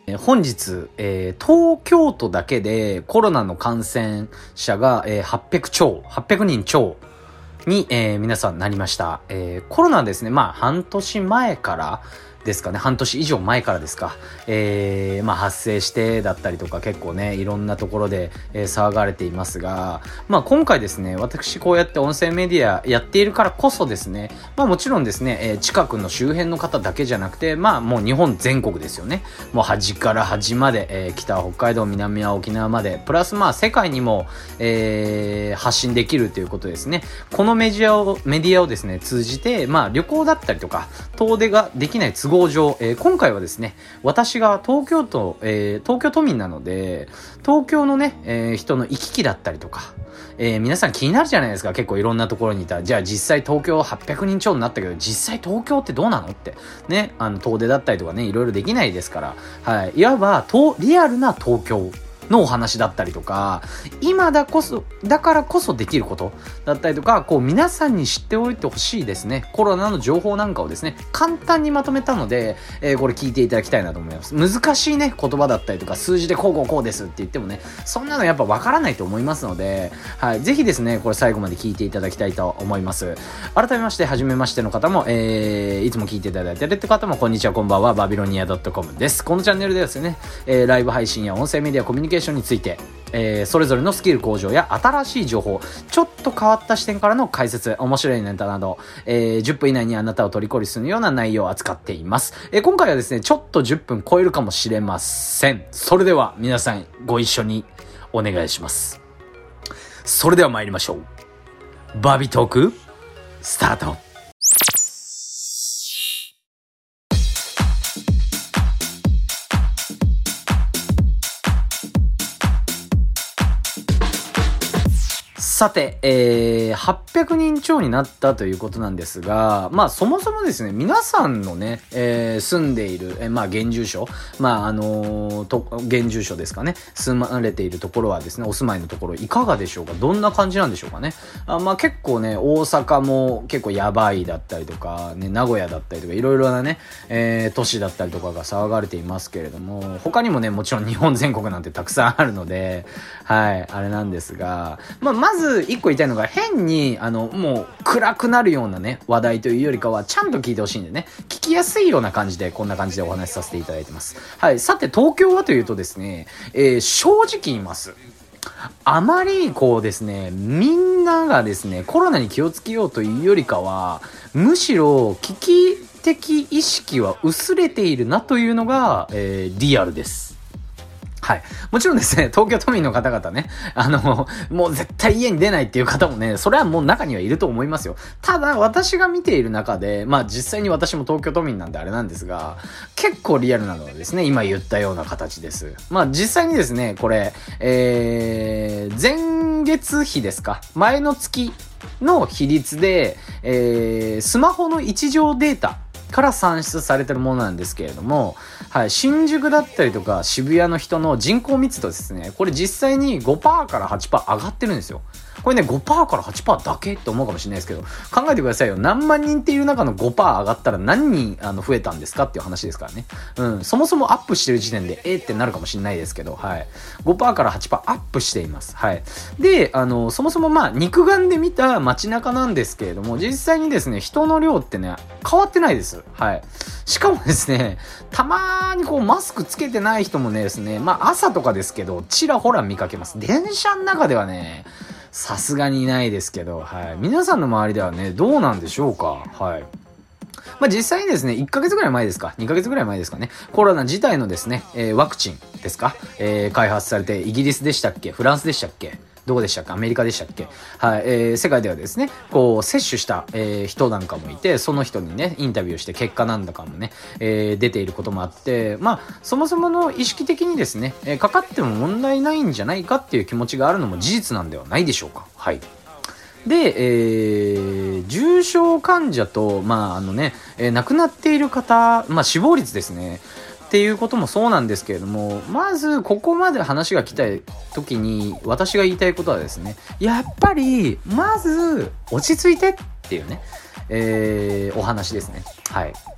本日、東京都だけでコロナの感染者が、800人超に、皆さんなりました。コロナはですね、半年前からですかね、半年以上前からですか、発生してだったりとか結構ね、いろんなところで、騒がれていますが、今回ですね、私こうやって音声メディアやっているからこそですね、もちろんですね、近くの周辺の方だけじゃなくて、もう日本全国ですよね。もう端から端まで、北は北海道、南は沖縄まで、プラス世界にも、発信できるということですね。このメディアをですね、通じて、旅行だったりとか、遠出ができない都合上、今回はですね、私が東京都民なので、東京のね、人の行き来だったりとか、皆さん気になるじゃないですか。結構いろんなところにいた。じゃあ実際東京800人超になったけど、実際東京ってどうなのってね、遠出だったりとかね、いろいろできないですから、はい、いわばリアルな東京のお話だったりとか、今だからこそできることだったりとか、皆さんに知っておいてほしいですね、コロナの情報なんかをですね、簡単にまとめたので、これ聞いていただきたいなと思います。難しいね、言葉だったりとか、数字でこうですって言ってもね、そんなのやっぱわからないと思いますので、はい、ぜひですね、これ最後まで聞いていただきたいと思います。改めまして、初めましての方も、いつも聞いていただいているって方も、こんにちは、こんばんは、バビロニア .com です。このチャンネルではですね、ライブ配信や音声メディア、コミュニケーションについて、それぞれのスキル向上や新しい情報、ちょっと変わった視点からの解説、面白いネタなど、10分以内にあなたを虜にするような内容を扱っています。今回はですね、ちょっと10分超えるかもしれません。それでは皆さんご一緒にお願いします。それでは参りましょう。バビトークスタート。さて、800人超になったということなんですが、そもそもですね、皆さんのね、住んでいる、現住所、現住所ですかね、住まれているところはですね、お住まいのところいかがでしょうか？どんな感じなんでしょうかね。結構ね、大阪も結構やばいだったりとか、ね、名古屋だったりとか、いろいろなね、都市だったりとかが騒がれていますけれども、他にもね、もちろん日本全国なんてたくさんあるので、はい、あれなんですが、まず一個言いたいのが、変にもう暗くなるようなね話題というよりかは、ちゃんと聞いてほしいんでね、聞きやすいような感じで、こんな感じでお話しさせていただいてます。はい。さて東京はというとですね、正直言います、あまりですね、みんながですね、コロナに気をつけようというよりかは、むしろ危機的意識は薄れているなというのが、リアルです。はい。もちろんですね、東京都民の方々ね、もう絶対家に出ないっていう方もね、それはもう中にはいると思いますよ。ただ、私が見ている中で、実際に私も東京都民なんであれなんですが、結構リアルなのはですね、今言ったような形です。実際にですね、これ、前月比ですか？前の月の比率で、スマホの位置上データから算出されてるものなんですけれども、はい、新宿だったりとか渋谷の人の人口密度ですね、これ実際に 5% から 8% 上がってるんですよ。これね、 5% から 8% だけって思うかもしれないですけど、考えてくださいよ。何万人っていう中の 5% 上がったら何人増えたんですかっていう話ですからね。そもそもアップしてる時点でってなるかもしれないですけど、はい、5% から 8% アップしています。はい。で、そもそも肉眼で見た街中なんですけれども、実際にですね、人の量ってね、変わってないです。はい。しかもですね、たまーにマスクつけてない人もねですね、朝とかですけど、ちらほら見かけます。電車の中ではね、さすがにいないですけど、はい。皆さんの周りではね、どうなんでしょうか？はい。実際にですね、1ヶ月ぐらい前ですか、2ヶ月ぐらい前ですかね、コロナ自体のですね、ワクチンですか、開発されて、イギリスでしたっけ？フランスでしたっけ？どこでしたっけ？アメリカでしたっけ？はい、世界ではですね、接種した、人なんかもいて、その人にね、インタビューして結果なんだかもね、出ていることもあって、そもそもの意識的にですね、かかっても問題ないんじゃないかっていう気持ちがあるのも事実なんではないでしょうか。はい。で、重症患者と、亡くなっている方、死亡率ですね。っていうこともそうなんですけれども、まずここまで話が来た時に私が言いたいことはですね、やっぱりまず落ち着いてっていうね、お話ですね。はい。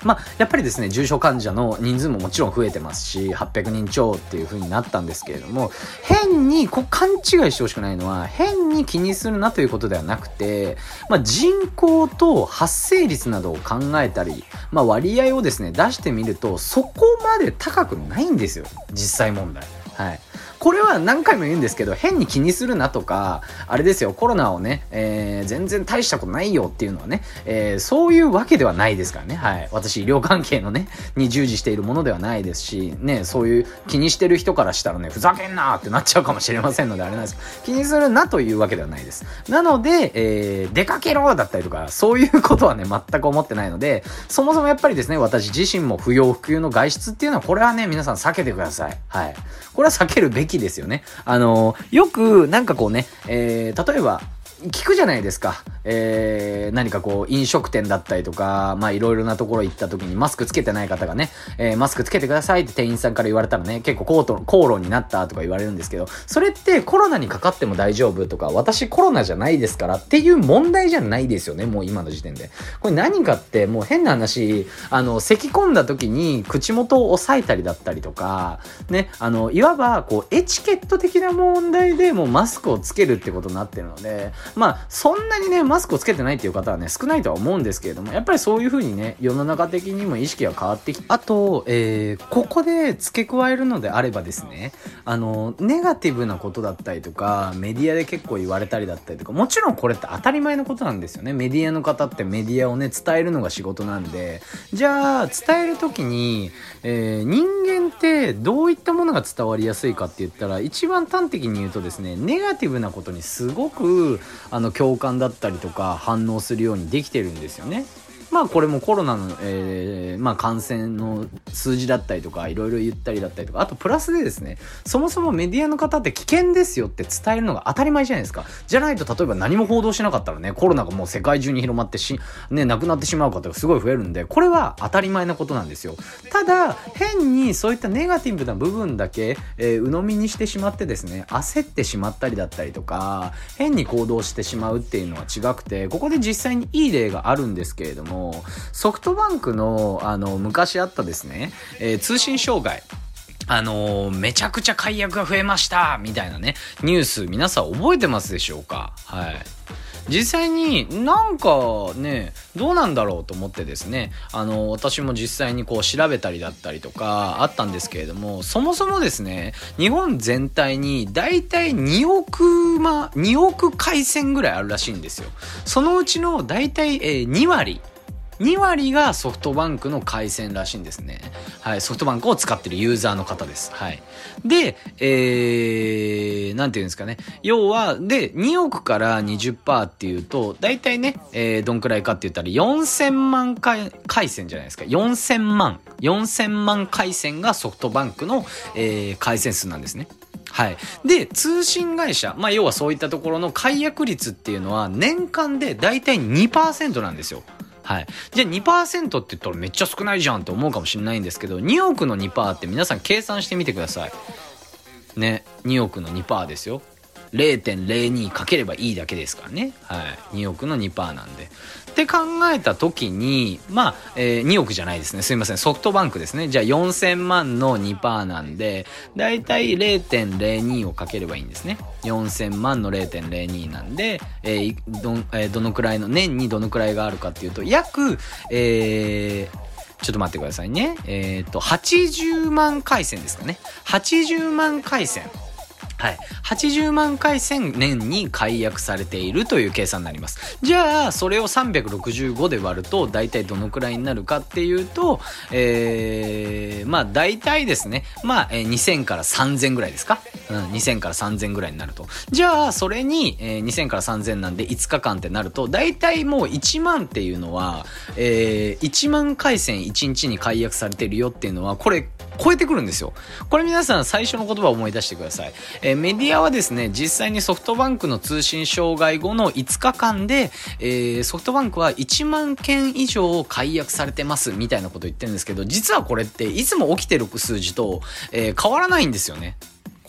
やっぱりですね、重症患者の人数ももちろん増えてますし、800人超っていう風になったんですけれども、変に勘違いしてほしくないのは、変に気にするなということではなくて、人口と発生率などを考えたり、割合をですね、出してみると、そこまで高くないんですよ。実際問題。はい。これは何回も言うんですけど、変に気にするなとか、あれですよ、コロナをね、全然大したことないよっていうのはね、そういうわけではないですからね。はい。私、医療関係のね、に従事しているものではないですし、ね、そういう気にしてる人からしたらね、ふざけんなーってなっちゃうかもしれませんので、あれなんです。気にするなというわけではないです。なので、出かけろだったりとか、そういうことはね、全く思ってないので、そもそもやっぱりですね、私自身も不要不急の外出っていうのは、これはね、皆さん避けてください。はい。これは避けるべきですよね。よく、例えば、聞くじゃないですか。何か飲食店だったりとか、いろいろなところ行った時にマスクつけてない方がね、マスクつけてくださいって店員さんから言われたらね、結構口論になったとか言われるんですけど、それってコロナにかかっても大丈夫とか、私コロナじゃないですからっていう問題じゃないですよね、もう今の時点で。これ何かって、もう変な話、咳込んだ時に口元を押さえたりだったりとか、ね、いわば、エチケット的な問題でもうマスクをつけるってことになってるので、そんなにね、マスクをつけてないっていう方はね、少ないとは思うんですけれども、やっぱりそういう風にね、世の中的にも意識が変わってきて、あと、ここで付け加えるのであればですね、ネガティブなことだったりとか、メディアで結構言われたりだったりとか、もちろんこれって当たり前のことなんですよね。メディアの方ってメディアをね、伝えるのが仕事なんで、じゃあ、伝えるときに、人間ってどういったものが伝わりやすいかって言ったら、一番端的に言うとですね、ネガティブなことにすごく共感だったりとか反応するようにできてるんですよね。これもコロナの、感染の数字だったりとかいろいろ言ったりだったりとか、あとプラスでですね、そもそもメディアの方って危険ですよって伝えるのが当たり前じゃないですか。じゃないと例えば何も報道しなかったらね、コロナがもう世界中に広まって亡くなってしまう方がすごい増えるんで、これは当たり前なことなんですよ。ただ変にそういったネガティブな部分だけ、鵜呑みにしてしまってですね、焦ってしまったりだったりとか、変に行動してしまうっていうのは違くて、ここで実際にいい例があるんですけれども、ソフトバンクの昔あったですね、通信障害、めちゃくちゃ解約が増えましたみたいなね、ニュース皆さん覚えてますでしょうか？はい。実際になんかね、どうなんだろうと思ってですね、私も実際に調べたりだったりとかあったんですけれども、そもそもですね、日本全体にだいたい2億回線ぐらいあるらしいんですよ。そのうちのだいたい2割がソフトバンクの回線らしいんですね。はい。ソフトバンクを使ってるユーザーの方です。はい。で、なんていうんですかね。要は、で、2億から 20% っていうと、だいたいね、どんくらいかって言ったら4000万回線じゃないですか。4000万回線がソフトバンクの、回線数なんですね。はい。で、通信会社、要はそういったところの解約率っていうのは年間でだいたい 2% なんですよ。はい。じゃあ 2% って言ったらめっちゃ少ないじゃんって思うかもしれないんですけど、2億の 2% って皆さん計算してみてください。ね。2億の 2% ですよ。0.02 かければいいだけですからね。はい。2億の 2% なんで。って考えた時に、2億じゃないですね。すいません。ソフトバンクですね。じゃあ4000万の 2% なんで、だいたい 0.02 をかければいいんですね。4000万の 0.02 なんで、どのくらいの、年にどのくらいがあるかっていうと、約、ちょっと待ってくださいね。80万回線ですかね。80万回線。はい。80万回線年に解約されているという計算になります。じゃあ、それを365で割ると、大体どのくらいになるかっていうと、大体ですね、2000から3000ぐらいですか？2000から3000ぐらいになると。じゃあ、それに、2000から3000なんで5日間ってなると、大体もう1万っていうのは、1万回線1日に解約されてるよっていうのは、これ、超えてくるんですよ。これ皆さん最初の言葉を思い出してください。メディアはですね、実際にソフトバンクの通信障害後の5日間で、ソフトバンクは1万件以上解約されてますみたいなこと言ってるんですけど、実はこれっていつも起きてる数字と、変わらないんですよね。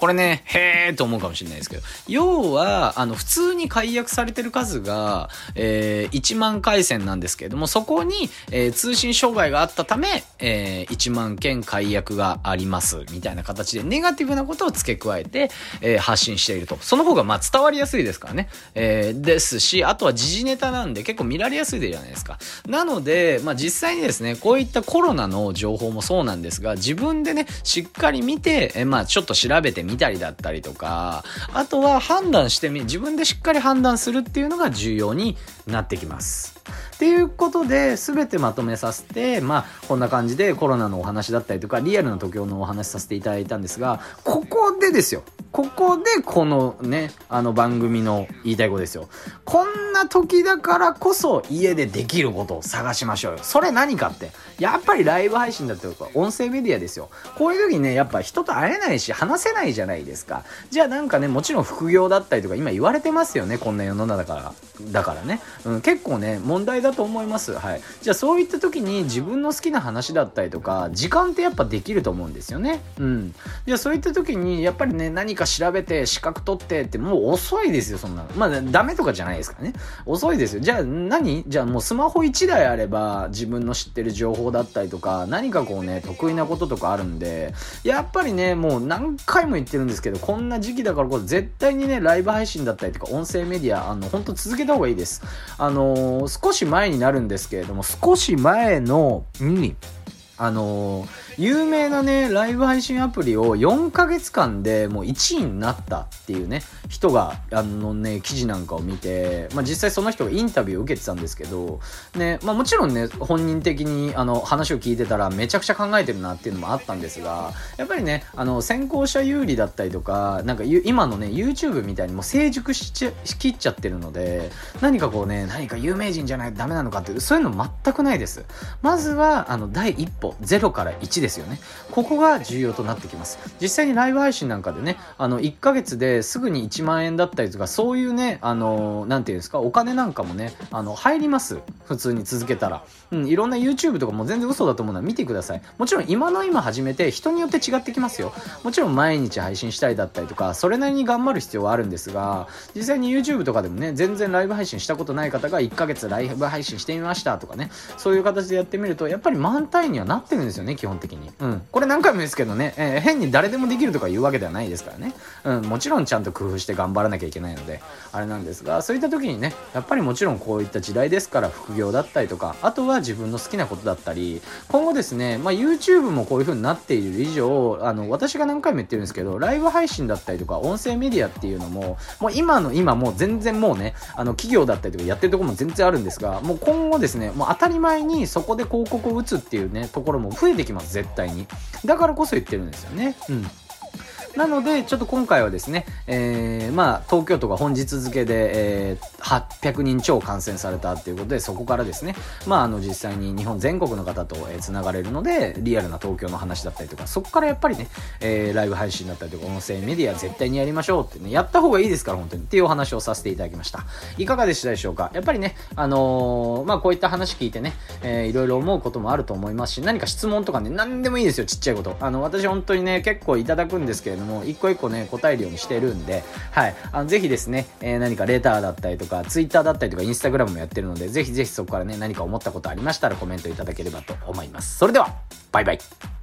これね、へーと思うかもしれないですけど、要は、普通に解約されてる数が、1万回線なんですけれども、そこに、通信障害があったため、1万件解約があります、みたいな形で、ネガティブなことを付け加えて、発信していると。その方が、まあ、伝わりやすいですからね。ですし、あとは時事ネタなんで結構見られやすいじゃないですか。なので、まあ、実際にですね、こういったコロナの情報もそうなんですが、自分でね、しっかり見て、まあ、ちょっと調べてみたりだったりとか、あとは判断して自分でしっかり判断するっていうのが重要になってきます。っていうことで、全てまとめさせて、まあ、こんな感じでコロナのお話だったりとか、リアルな東京のお話させていただいたんですが、ここでですよ。ここでこのね、番組の言いたいことですよ。こんな時だからこそ家でできることを探しましょうよ。それ何かって。やっぱりライブ配信だったりとか、音声メディアですよ。こういう時にね、やっぱ人と会えないし、話せないじゃないですか。じゃあなんかね、もちろん副業だったりとか、今言われてますよね。こんな世の中だからね。結構ね、問題だと思います。はい。じゃあそういった時に自分の好きな話だったりとか、時間ってやっぱできると思うんですよね。じゃあそういった時に、やっぱりね、何か調べて、資格取ってってもう遅いですよ、そんなの。まあ、ダメとかじゃないですからね。遅いですよ。じゃあじゃあもうスマホ1台あれば、自分の知ってる情報だったりとか、何かこうね、得意なこととかあるんで、やっぱりね、もう何回も言ってるんですけど、こんな時期だからこそ絶対にね、ライブ配信だったりとか、音声メディア、本当続けた方がいいです。少し前になるんですけれども、少し前のに、有名なね、ライブ配信アプリを4ヶ月間でもう1位になったっていうね、人が、記事なんかを見て、まあ、実際その人がインタビューを受けてたんですけど、ね、まあ、もちろんね、本人的に、話を聞いてたらめちゃくちゃ考えてるなっていうのもあったんですが、やっぱりね、先行者有利だったりとか、なんか今のね、YouTube みたいにもう成熟しきっちゃってるので、何か有名人じゃないとダメなのかっていう、そういうの全くないです。まずは、第一歩、0から1ですよね。ここが重要となってきます。実際にライブ配信なんかでね、1ヶ月ですぐに1万円だったりとか、そういうね、なんていうんですか、お金なんかもね、入ります。普通に続けたら。いろんな YouTube とかも全然嘘だと思うのは見てください。もちろん今始めて人によって違ってきますよ。もちろん毎日配信したりだったりとか、それなりに頑張る必要はあるんですが、実際に YouTube とかでもね、全然ライブ配信したことない方が1ヶ月ライブ配信してみましたとかね、そういう形でやってみると、やっぱり満単位にはなってるんですよね、基本的に。これ何回も言うんですけどね、変に誰でもできるとか言うわけではないですからね。もちろんちゃんと工夫して頑張らなきゃいけないので、あれなんですが、そういった時にね、やっぱりもちろんこういった時代ですから、副業だったりとか、あとは自分の好きなことだったり、今後ですね、まあ YouTube もこういう風になっている以上、私が何回も言ってるんですけど、ライブ配信だったりとか、音声メディアっていうのも、もう今もう全然もうね、企業だったりとかやってるところも全然あるんですが、もう今後ですね、もう当たり前にそこで広告を打つっていうね、ところも増えてきます、絶対に。だからこそ言ってるんですよね。なので、ちょっと今回はですね、まあ、東京都が本日付で、800人超感染されたっていうことで、そこからですね、まあ、実際に日本全国の方と繋がれるので、リアルな東京の話だったりとか、そこからやっぱりね、ライブ配信だったりとか、音声メディア絶対にやりましょうってね、やった方がいいですから、本当にっていうお話をさせていただきました。いかがでしたでしょうか？やっぱりね、まあ、こういった話聞いてね、いろいろ思うこともあると思いますし、何か質問とかね、何でもいいですよ、ちっちゃいこと。私本当にね、結構いただくんですけれども、一個一個ね、答えるようにしてるんで、はい。ぜひですね、何かレターだったりとか、ツイッターだったりとか、インスタグラムもやってるので、ぜひぜひそこからね、何か思ったことありましたらコメントいただければと思います。それでは、バイバイ。